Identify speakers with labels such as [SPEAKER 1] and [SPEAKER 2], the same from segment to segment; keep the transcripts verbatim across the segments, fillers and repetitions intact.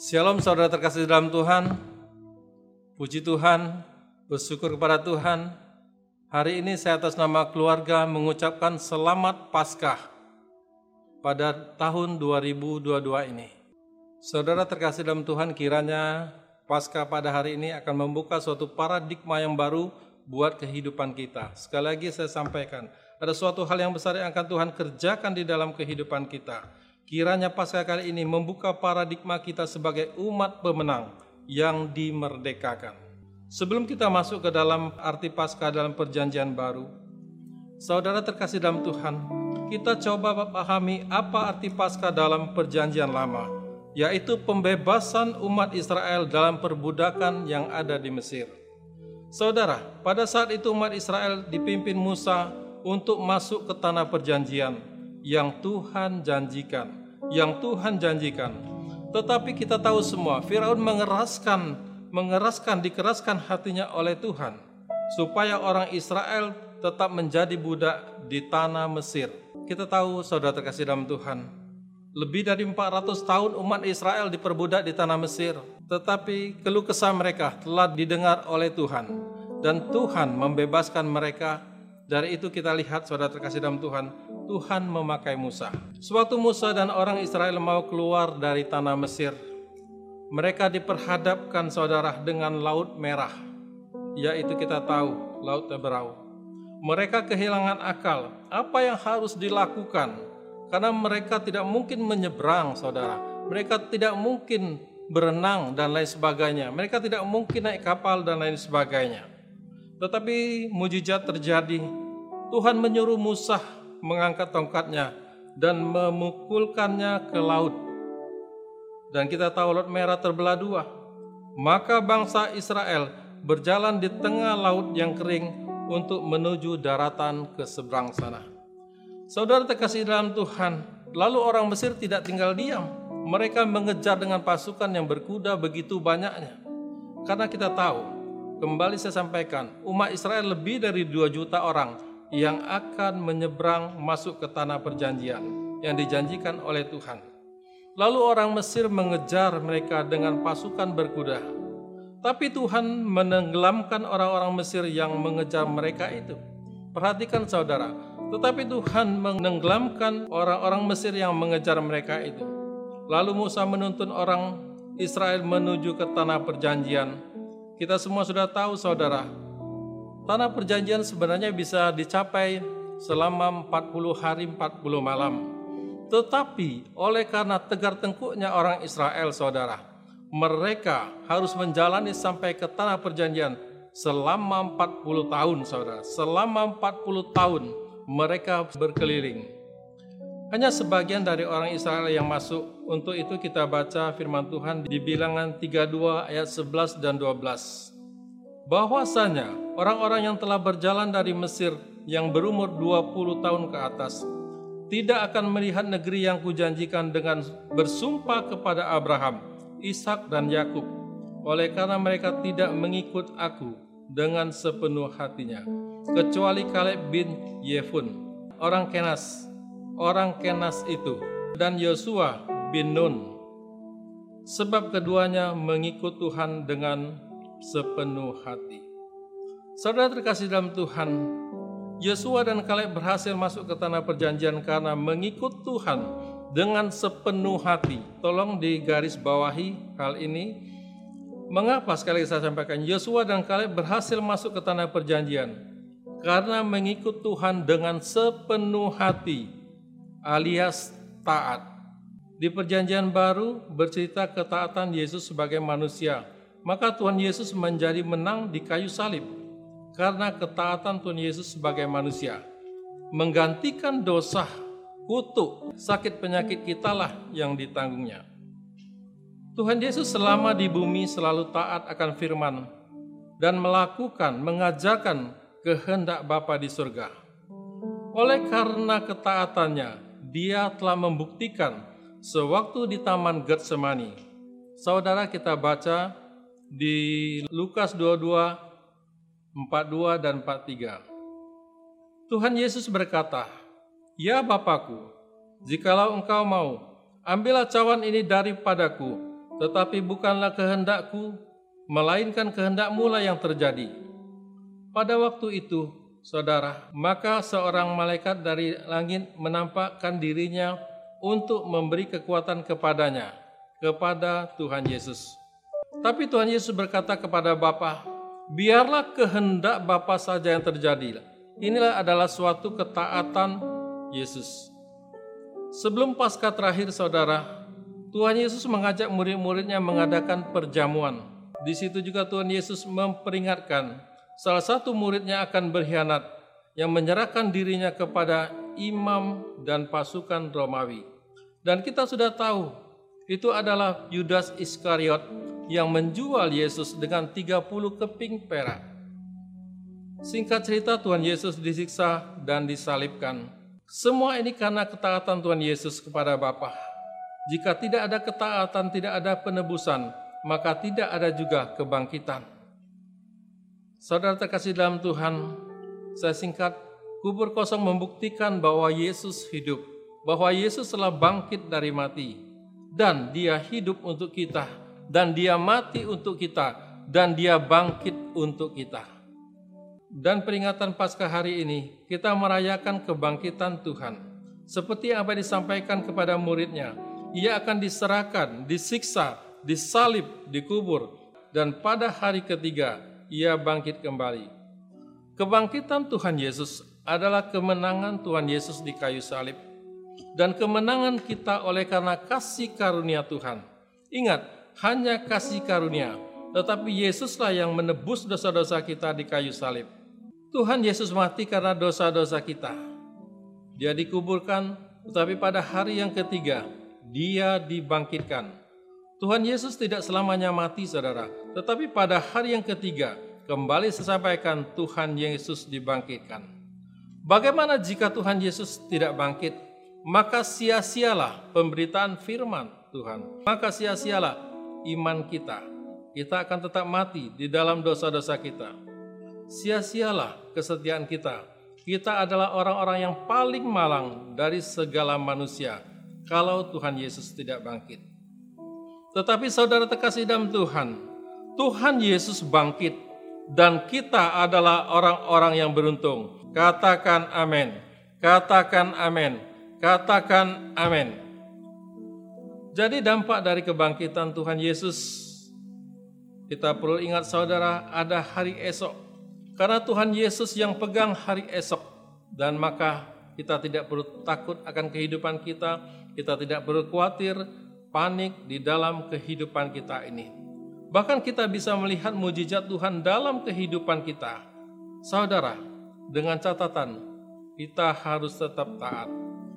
[SPEAKER 1] Shalom saudara terkasih dalam Tuhan, puji Tuhan, bersyukur kepada Tuhan. Hari ini saya atas nama keluarga mengucapkan selamat Paskah pada tahun dua ribu dua puluh dua ini. Saudara terkasih dalam Tuhan, kiranya Paskah pada hari ini akan membuka suatu paradigma yang baru buat kehidupan kita. Sekali lagi saya sampaikan, ada suatu hal yang besar yang akan Tuhan kerjakan di dalam kehidupan kita. Kiranya Paskah kali ini membuka paradigma kita sebagai umat pemenang yang dimerdekakan. Sebelum kita masuk ke dalam arti Paskah dalam perjanjian baru, saudara terkasih dalam Tuhan, kita coba pahami apa arti Paskah dalam perjanjian lama, yaitu pembebasan umat Israel dalam perbudakan yang ada di Mesir. Saudara, pada saat itu umat Israel dipimpin Musa untuk masuk ke tanah perjanjian yang Tuhan janjikan, yang Tuhan janjikan. Tetapi kita tahu semua, Firaun mengeraskan, mengeraskan, dikeraskan hatinya oleh Tuhan, supaya orang Israel tetap menjadi budak di tanah Mesir. Kita tahu, saudara terkasih dalam Tuhan, lebih dari empat ratus tahun umat Israel diperbudak di tanah Mesir. Tetapi keluh kesah mereka telah didengar oleh Tuhan, dan Tuhan membebaskan mereka. Dari itu kita lihat, saudara terkasih dalam Tuhan, Tuhan memakai Musa. Sewaktu Musa dan orang Israel mau keluar dari tanah Mesir, mereka diperhadapkan, saudara, dengan Laut Merah, yaitu kita tahu Laut Teberau. Mereka kehilangan akal, apa yang harus dilakukan, karena mereka tidak mungkin menyeberang, saudara. Mereka tidak mungkin berenang dan lain sebagainya. Mereka tidak mungkin naik kapal dan lain sebagainya. Tetapi mujizat terjadi. Tuhan menyuruh Musa mengangkat tongkatnya dan memukulkannya ke laut. Dan kita tahu Laut Merah terbelah dua. Maka bangsa Israel berjalan di tengah laut yang kering untuk menuju daratan ke seberang sana. Saudara terkasih dalam Tuhan, lalu orang Mesir tidak tinggal diam. Mereka mengejar dengan pasukan yang berkuda begitu banyaknya. Karena kita tahu, kembali saya sampaikan, umat Israel lebih dari dua juta orang yang akan menyeberang masuk ke tanah perjanjian yang dijanjikan oleh Tuhan. Lalu orang Mesir mengejar mereka dengan pasukan berkuda. Tapi Tuhan menenggelamkan orang-orang Mesir yang mengejar mereka itu. Perhatikan saudara, tetapi Tuhan menenggelamkan orang-orang Mesir yang mengejar mereka itu. Lalu Musa menuntun orang Israel menuju ke tanah perjanjian. Kita semua sudah tahu, saudara, tanah perjanjian sebenarnya bisa dicapai selama empat puluh hari empat puluh malam. Tetapi oleh karena tegar tengkuknya orang Israel, saudara, mereka harus menjalani sampai ke tanah perjanjian selama empat puluh tahun, saudara. Selama empat puluh tahun mereka berkeliling. Hanya sebagian dari orang Israel yang masuk. Untuk itu kita baca firman Tuhan di Bilangan tiga puluh dua ayat sebelas dan dua belas. Bahwasanya orang-orang yang telah berjalan dari Mesir yang berumur dua puluh tahun ke atas tidak akan melihat negeri yang kujanjikan dengan bersumpah kepada Abraham, Ishak dan Yakub, oleh karena mereka tidak mengikut aku dengan sepenuh hatinya, kecuali Kaleb bin Yefun, orang Kenas, orang Kenas itu, dan Yosua bin Nun, sebab keduanya mengikut Tuhan dengan sepenuh hati. Saudara terkasih dalam Tuhan, Yosua dan Kaleb berhasil masuk ke tanah perjanjian karena mengikut Tuhan dengan sepenuh hati. Tolong digaris bawahi hal ini. Mengapa sekali lagi saya sampaikan, Yosua dan Kaleb berhasil masuk ke tanah perjanjian? Karena mengikut Tuhan dengan sepenuh hati, alias taat. Di perjanjian baru bercerita ketaatan Yesus sebagai manusia. Maka Tuhan Yesus menjadi menang di kayu salib karena ketaatan Tuhan Yesus sebagai manusia. Menggantikan dosa, kutuk, sakit penyakit kitalah yang ditanggungnya. Tuhan Yesus selama di bumi selalu taat akan firman dan melakukan, mengajarkan kehendak Bapa di surga. Oleh karena ketaatannya, Dia telah membuktikan sewaktu di Taman Getsemani. Saudara, kita baca di Lukas dua puluh dua, empat puluh dua dan empat puluh tiga. Tuhan Yesus berkata, "Ya Bapakku, jikalau engkau mau, ambillah cawan ini daripadaku, tetapi bukanlah kehendakku, melainkan kehendak-Mu lah yang terjadi. Pada waktu itu, saudara, maka seorang malaikat dari langit menampakkan dirinya untuk memberi kekuatan kepadanya, kepada Tuhan Yesus. Tapi Tuhan Yesus berkata kepada Bapa, biarlah kehendak Bapa saja yang terjadi. Inilah adalah suatu ketaatan Yesus. Sebelum Paskah terakhir, saudara, Tuhan Yesus mengajak murid-muridnya mengadakan perjamuan. Di situ juga Tuhan Yesus memperingatkan salah satu muridnya akan berkhianat yang menyerahkan dirinya kepada imam dan pasukan Romawi. Dan kita sudah tahu, itu adalah Yudas Iskariot yang menjual Yesus dengan tiga puluh keping perak. Singkat cerita, Tuhan Yesus disiksa dan disalibkan. Semua ini karena ketaatan Tuhan Yesus kepada Bapa. Jika tidak ada ketaatan, tidak ada penebusan, maka tidak ada juga kebangkitan. Saudara terkasih dalam Tuhan, saya singkat, kubur kosong membuktikan bahwa Yesus hidup, bahwa Yesus telah bangkit dari mati, dan Dia hidup untuk kita, dan Dia mati untuk kita, dan Dia bangkit untuk kita. Dan peringatan Paskah hari ini, kita merayakan kebangkitan Tuhan. Seperti apa yang disampaikan kepada muridnya, Ia akan diserahkan, disiksa, disalib, dikubur, dan pada hari ketiga, Ia bangkit kembali. Kebangkitan Tuhan Yesus adalah kemenangan Tuhan Yesus di kayu salib, dan kemenangan kita oleh karena kasih karunia Tuhan. Ingat, hanya kasih karunia, tetapi Yesuslah yang menebus dosa-dosa kita di kayu salib. Tuhan Yesus mati karena dosa-dosa kita. Dia dikuburkan, tetapi pada hari yang ketiga, Dia dibangkitkan. Tuhan Yesus tidak selamanya mati, saudara, tetapi pada hari yang ketiga, kembali saya sampaikan, Tuhan Yesus dibangkitkan. Bagaimana jika Tuhan Yesus tidak bangkit? Maka sia-sialah pemberitaan firman Tuhan. Maka sia-sialah iman kita. Kita akan tetap mati di dalam dosa-dosa kita. Sia-sialah kesetiaan kita. Kita adalah orang-orang yang paling malang dari segala manusia kalau Tuhan Yesus tidak bangkit. Tetapi saudara terkasih dalam Tuhan, Tuhan Yesus bangkit dan kita adalah orang-orang yang beruntung. Katakan amin. Katakan amin. Katakan amin. Jadi dampak dari kebangkitan Tuhan Yesus, kita perlu ingat saudara, ada hari esok. Karena Tuhan Yesus yang pegang hari esok, dan maka kita tidak perlu takut akan kehidupan kita, kita tidak perlu khawatir, panik di dalam kehidupan kita ini. Bahkan kita bisa melihat mujizat Tuhan dalam kehidupan kita. Saudara, dengan catatan, kita harus tetap taat.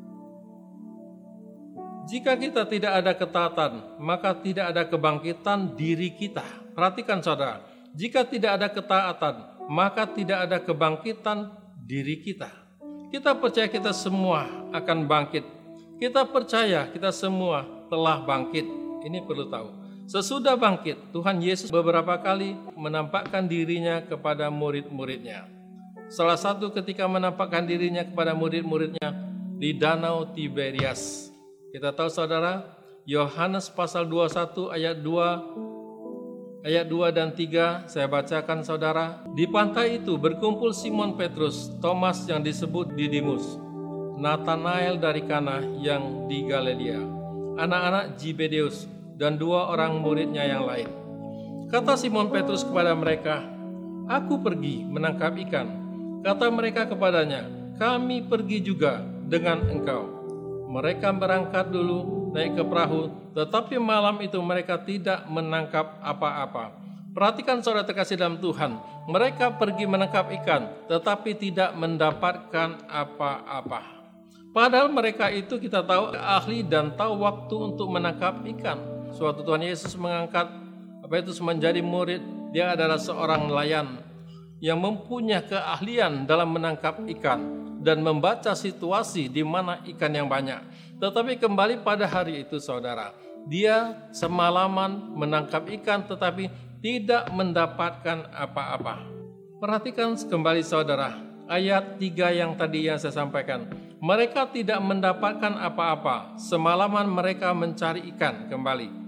[SPEAKER 1] Jika kita tidak ada ketaatan, maka tidak ada kebangkitan diri kita. Perhatikan saudara, jika tidak ada ketaatan, maka tidak ada kebangkitan diri kita. Kita percaya kita semua akan bangkit. Kita percaya kita semua telah bangkit. Ini perlu tahu. Sesudah bangkit, Tuhan Yesus beberapa kali menampakkan dirinya kepada murid-muridnya. Salah satu ketika menampakkan dirinya kepada murid-muridnya di Danau Tiberias. Kita tahu saudara, Yohanes pasal dua puluh satu ayat dua, ayat dua dan tiga, saya bacakan saudara. Di pantai itu berkumpul Simon Petrus, Thomas yang disebut Didimus, Nathanael dari Kana yang di Galilea, anak-anak Zebedeus, dan dua orang muridnya yang lain. Kata Simon Petrus kepada mereka, "Aku pergi menangkap ikan." Kata mereka kepadanya, "Kami pergi juga dengan engkau." Mereka berangkat dulu naik ke perahu, tetapi malam itu mereka tidak menangkap apa-apa. Perhatikan saudara terkasih dalam Tuhan, mereka pergi menangkap ikan, tetapi tidak mendapatkan apa-apa. Padahal mereka itu kita tahu ahli dan tahu waktu untuk menangkap ikan. Suatu Tuhan Yesus mengangkat apa itu menjadi murid, dia adalah seorang nelayan yang mempunyai keahlian dalam menangkap ikan dan membaca situasi di mana ikan yang banyak. Tetapi kembali pada hari itu saudara, dia semalaman menangkap ikan tetapi tidak mendapatkan apa-apa. Perhatikan kembali saudara, ayat tiga yang tadi yang saya sampaikan. Mereka tidak mendapatkan apa-apa, semalaman mereka mencari ikan kembali.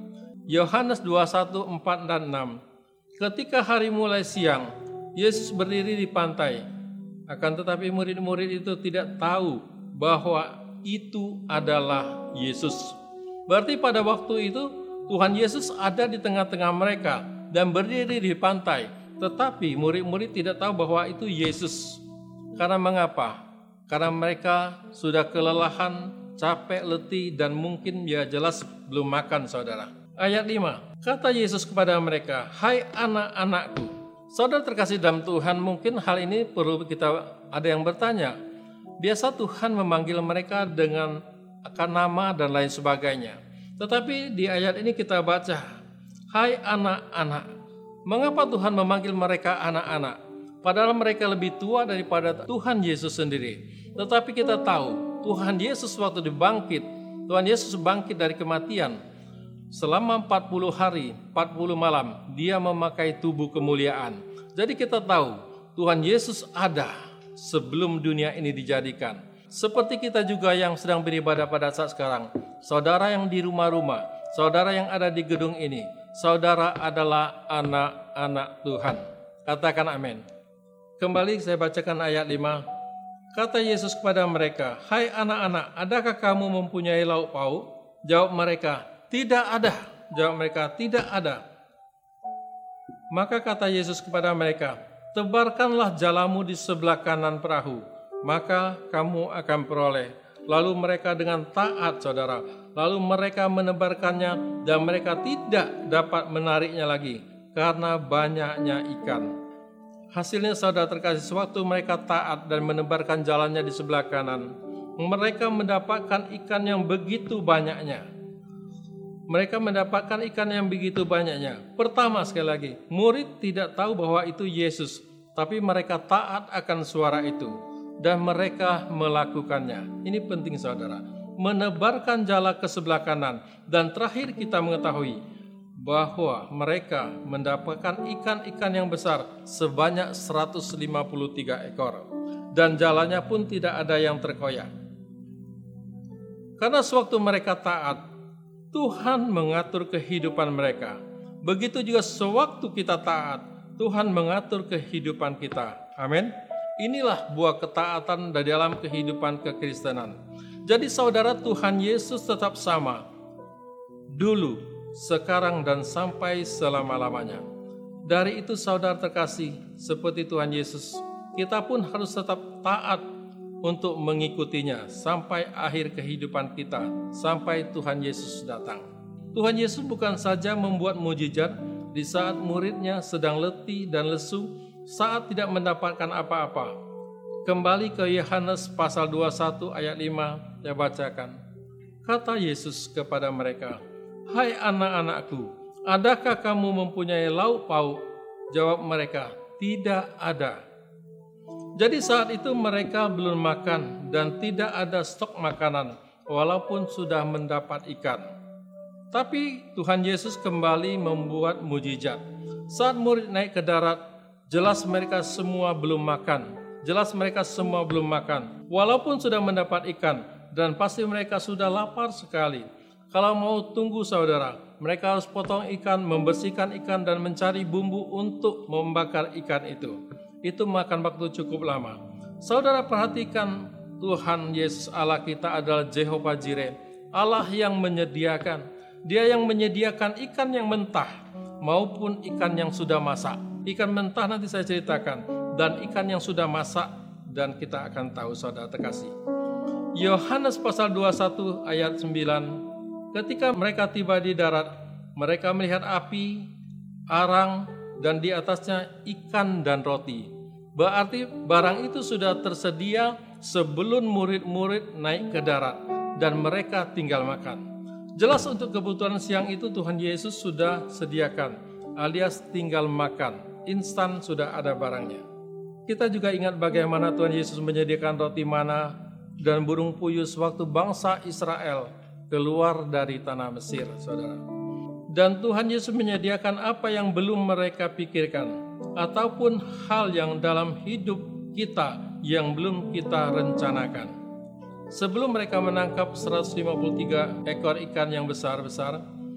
[SPEAKER 1] Yohanes dua puluh satu, empat dan enam. Ketika hari mulai siang, Yesus berdiri di pantai. Akan tetapi murid-murid itu tidak tahu bahwa itu adalah Yesus. Berarti pada waktu itu Tuhan Yesus ada di tengah-tengah mereka dan berdiri di pantai. Tetapi murid-murid tidak tahu bahwa itu Yesus. Karena mengapa? Karena mereka sudah kelelahan, capek, letih, dan mungkin ya jelas belum makan, saudara. Ayat lima, kata Yesus kepada mereka, "Hai anak-anakku." Saudara terkasih dalam Tuhan, mungkin hal ini perlu kita ada yang bertanya. Biasa Tuhan memanggil mereka dengan akan nama dan lain sebagainya. Tetapi di ayat ini kita baca, "Hai anak-anak." Mengapa Tuhan memanggil mereka anak-anak? Padahal mereka lebih tua daripada Tuhan Yesus sendiri. Tetapi kita tahu Tuhan Yesus waktu dibangkit, Tuhan Yesus bangkit dari kematian. Selama empat puluh hari, empat puluh malam, dia memakai tubuh kemuliaan. Jadi kita tahu Tuhan Yesus ada sebelum dunia ini dijadikan. Seperti kita juga yang sedang beribadah pada saat sekarang. Saudara yang di rumah-rumah, saudara yang ada di gedung ini, saudara adalah anak-anak Tuhan. Katakan amin. Kembali saya bacakan ayat lima. Kata Yesus kepada mereka, "Hai anak-anak, adakah kamu mempunyai lauk pauk?" Jawab mereka, "Tidak ada." Jawab mereka, "Tidak ada." Maka kata Yesus kepada mereka, "Tebarkanlah jalamu di sebelah kanan perahu, maka kamu akan peroleh." Lalu mereka dengan taat, saudara, lalu mereka menebarkannya dan mereka tidak dapat menariknya lagi karena banyaknya ikan. Hasilnya saudara terkasih, sewaktu mereka taat dan menebarkan jalannya di sebelah kanan, mereka mendapatkan ikan yang begitu banyaknya. Mereka mendapatkan ikan yang begitu banyaknya. Pertama sekali lagi, murid tidak tahu bahwa itu Yesus, tapi mereka taat akan suara itu dan mereka melakukannya. Ini penting saudara, menebarkan jala ke sebelah kanan. Dan terakhir kita mengetahui bahwa mereka mendapatkan ikan-ikan yang besar sebanyak seratus lima puluh tiga ekor. Dan jalannya pun tidak ada yang terkoyak. Karena sewaktu mereka taat, Tuhan mengatur kehidupan mereka. Begitu juga sewaktu kita taat, Tuhan mengatur kehidupan kita. Amin. Inilah buah ketaatan dari dalam kehidupan kekristenan. Jadi saudara, Tuhan Yesus tetap sama. Dulu, sekarang, dan sampai selama-lamanya. Dari itu saudara terkasih, seperti Tuhan Yesus, kita pun harus tetap taat untuk mengikutinya sampai akhir kehidupan kita, sampai Tuhan Yesus datang. Tuhan Yesus bukan saja membuat mujizat di saat muridnya sedang letih dan lesu, saat tidak mendapatkan apa-apa. Kembali ke Yohanes pasal dua puluh satu ayat lima, saya bacakan. Kata Yesus kepada mereka, "Hai anak-anakku, adakah kamu mempunyai lauk pauk?" Jawab mereka, "Tidak ada." Jadi saat itu mereka belum makan dan tidak ada stok makanan, walaupun sudah mendapat ikan. Tapi Tuhan Yesus kembali membuat mujizat. Saat murid naik ke darat, jelas mereka semua belum makan. Jelas mereka semua belum makan, walaupun sudah mendapat ikan, dan pasti mereka sudah lapar sekali. Kalau mau tunggu saudara, mereka harus potong ikan, membersihkan ikan, dan mencari bumbu untuk membakar ikan itu. Itu makan waktu cukup lama. Saudara perhatikan, Tuhan Yesus Allah kita adalah Jehovah Jireh, Allah yang menyediakan. Dia yang menyediakan ikan yang mentah maupun ikan yang sudah masak. Ikan mentah nanti saya ceritakan, dan ikan yang sudah masak, dan kita akan tahu saudara terkasih. Yohanes pasal dua puluh satu ayat sembilan, ketika mereka tiba di darat, mereka melihat api, arang, dan di atasnya ikan dan roti. Berarti barang itu sudah tersedia sebelum murid-murid naik ke darat dan mereka tinggal makan. Jelas untuk kebutuhan siang itu Tuhan Yesus sudah sediakan, alias tinggal makan, instan sudah ada barangnya. Kita juga ingat bagaimana Tuhan Yesus menyediakan roti mana dan burung puyuh sewaktu bangsa Israel keluar dari tanah Mesir, saudara. Dan Tuhan Yesus menyediakan apa yang belum mereka pikirkan, ataupun hal yang dalam hidup kita yang belum kita rencanakan. Sebelum mereka menangkap seratus lima puluh tiga ekor ikan yang besar-besar,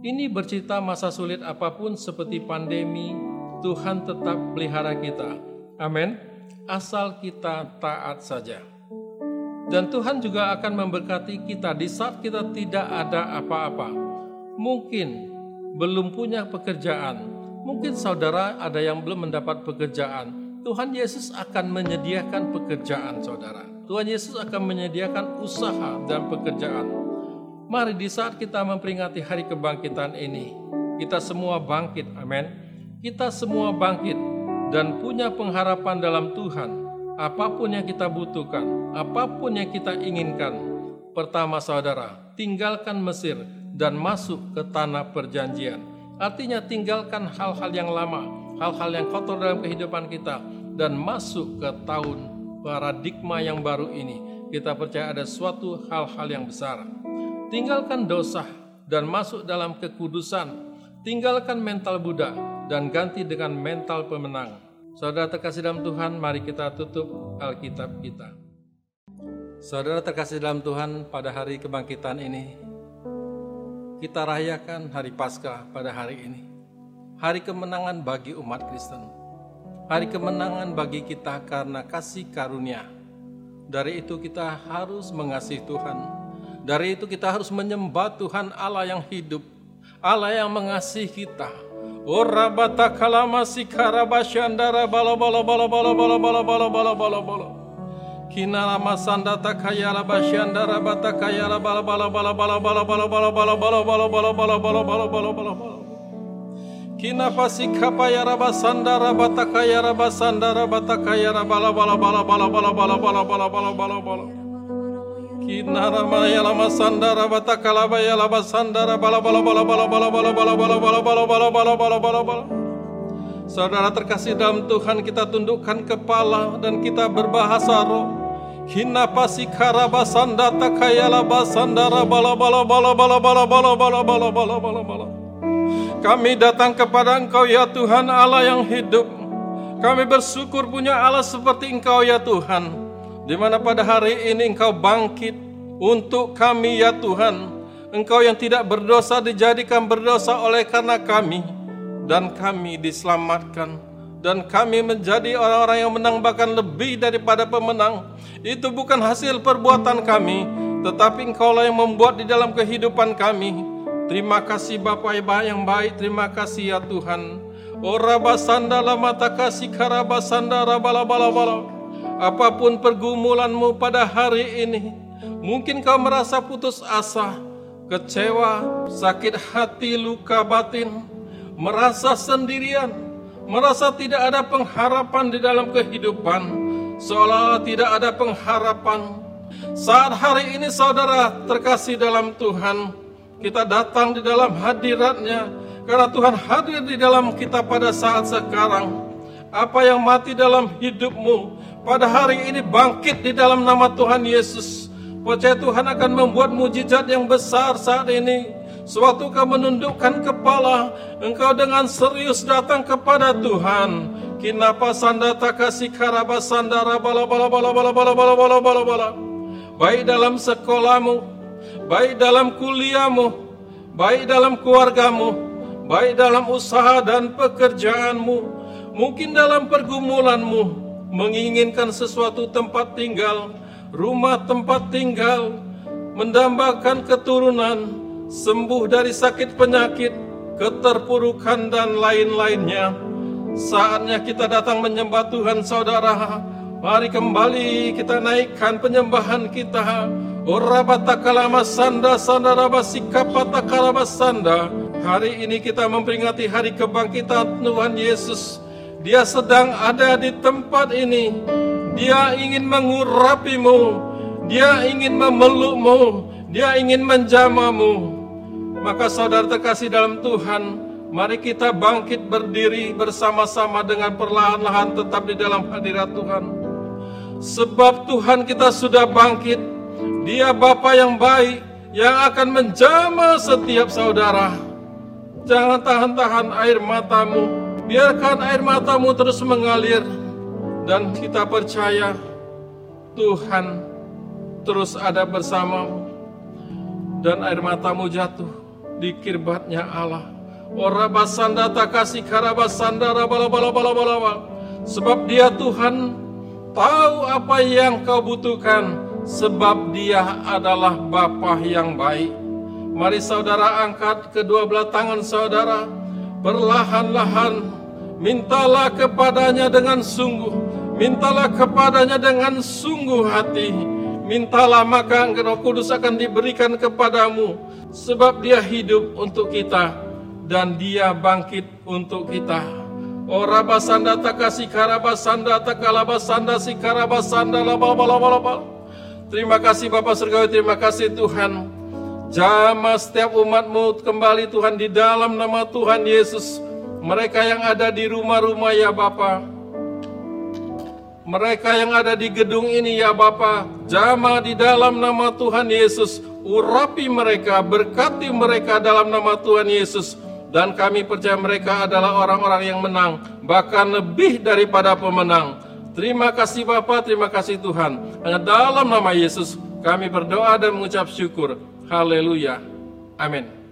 [SPEAKER 1] Ini bercerita masa sulit apapun seperti pandemi, Tuhan tetap pelihara kita. Amin. Asal kita taat saja. Dan Tuhan juga akan memberkati kita di saat kita tidak ada apa-apa. Mungkin belum punya pekerjaan. Mungkin saudara ada yang belum mendapat pekerjaan. Tuhan Yesus akan menyediakan pekerjaan saudara. Tuhan Yesus akan menyediakan usaha dan pekerjaan. Mari di saat kita memperingati hari kebangkitan ini, kita semua bangkit, amin. Kita semua bangkit dan punya pengharapan dalam Tuhan. Apapun yang kita butuhkan, apapun yang kita inginkan. Pertama saudara, tinggalkan Mesir dan masuk ke tanah perjanjian. Artinya tinggalkan hal-hal yang lama, hal-hal yang kotor dalam kehidupan kita, dan masuk ke tahun paradigma yang baru ini. Kita percaya ada suatu hal-hal yang besar. Tinggalkan dosa dan masuk dalam kekudusan. Tinggalkan mental Buddha dan ganti dengan mental pemenang. Saudara terkasih dalam Tuhan, mari kita tutup Alkitab kita. Saudara terkasih dalam Tuhan, pada hari kebangkitan ini, kita rayakan hari Paskah pada hari ini. Hari kemenangan bagi umat Kristen. Hari kemenangan bagi kita karena kasih karunia. Dari itu kita harus mengasihi Tuhan. Dari itu kita harus menyembah Tuhan Allah yang hidup, Allah yang mengasihi kita. Ora bata kalama sikara basyandara bala bala bala bala bala bala bala bala bala bala. Kinala masanda takayala basyandara bata kayala bala bala bala bala bala bala bala bala bala bala bala bala bala bala bala bala bala. Kina pasika payara basandara bata kayara basandara bata kayara bala bala bala bala bala bala bala bala bala bala bala. Kinara maya lama sandara batakala baya lama sandara bala bala bala bala bala bala bala bala bala bala bala bala bala bala bala. Saudara terkasih dalam Tuhan, kita tundukkan kepala dan kita berbahasa roh. Hina pasikara basanda takayala basandara bala bala bala bala bala bala bala bala bala bala bala. Kami datang kepada Engkau ya Tuhan Allah yang hidup. Kami bersyukur punya Allah seperti Engkau ya Tuhan. Di mana pada hari ini Engkau bangkit untuk kami ya Tuhan. Engkau yang tidak berdosa dijadikan berdosa oleh karena kami. Dan kami diselamatkan. Dan kami menjadi orang-orang yang menang, bahkan lebih daripada pemenang. Itu bukan hasil perbuatan kami, tetapi Engkaulah yang membuat di dalam kehidupan kami. Terima kasih Bapa yang baik, terima kasih ya Tuhan. Ora basanda lama takasih karabasanda rabala bala bala. Apapun pergumulanmu pada hari ini, mungkin kau merasa putus asa, kecewa, sakit hati, luka batin, merasa sendirian, merasa tidak ada pengharapan di dalam kehidupan, seolah-olah tidak ada pengharapan. Saat hari ini saudara terkasih dalam Tuhan, kita datang di dalam hadirat-Nya, karena Tuhan hadir di dalam kita pada saat sekarang. Apa yang mati dalam hidupmu, pada hari ini bangkit di dalam nama Tuhan Yesus. Percaya Tuhan akan membuat mujizat yang besar saat ini. Sewaktu kau menundukkan kepala, engkau dengan serius datang kepada Tuhan. Kinapa sanda takasi karaba sandara bala bala bala bala bala bala bala bala bala. Baik dalam sekolahmu, baik dalam kuliahmu, baik dalam keluargamu, baik dalam usaha dan pekerjaanmu, mungkin dalam pergumulanmu, menginginkan sesuatu tempat tinggal, rumah tempat tinggal, mendambakan keturunan, sembuh dari sakit penyakit, keterpurukan dan lain-lainnya. Saatnya kita datang menyembah Tuhan saudara. Mari kembali kita naikkan penyembahan kita. Ora batakalama sanda sandara basika patakalama sanda. Hari ini kita memperingati hari kebangkitan Tuhan Yesus. Dia sedang ada di tempat ini. Dia ingin mengurapimu. Dia ingin memelukmu. Dia ingin menjamamu. Maka saudara terkasih dalam Tuhan, mari kita bangkit berdiri bersama-sama dengan perlahan-lahan tetap di dalam hadirat Tuhan. Sebab Tuhan kita sudah bangkit. Dia Bapa yang baik, yang akan menjamah setiap saudara. Jangan tahan-tahan air matamu. Biarkan air matamu terus mengalir. Dan kita percaya Tuhan terus ada bersamamu. Dan air matamu jatuh di kirbatnya Allah. Ora basanda takasi karabasanda rabalabalabalabala. Sebab Dia Tuhan tahu apa yang kau butuhkan, sebab Dia adalah Bapa yang baik. Mari saudara angkat kedua belah tangan saudara, perlahan-lahan mintalah kepadanya dengan sungguh. Mintalah kepadanya dengan sungguh hati. Mintalah maka Roh Kudus akan diberikan kepadamu. Sebab Dia hidup untuk kita dan Dia bangkit untuk kita. Ora basanda takasi karabasanda takalabasanda si karabasanda labalabalabalabal. Terima kasih Bapa Surgawi, terima kasih Tuhan. Jamah setiap umat-Mu kembali Tuhan di dalam nama Tuhan Yesus. Mereka yang ada di rumah-rumah ya Bapa, mereka yang ada di gedung ini ya Bapa, jamah di dalam nama Tuhan Yesus. Urapi mereka, berkati mereka dalam nama Tuhan Yesus. Dan kami percaya mereka adalah orang-orang yang menang, bahkan lebih daripada pemenang. Terima kasih Bapa, terima kasih Tuhan. Hanya dalam nama Yesus kami berdoa dan mengucap syukur. Haleluya. Amin.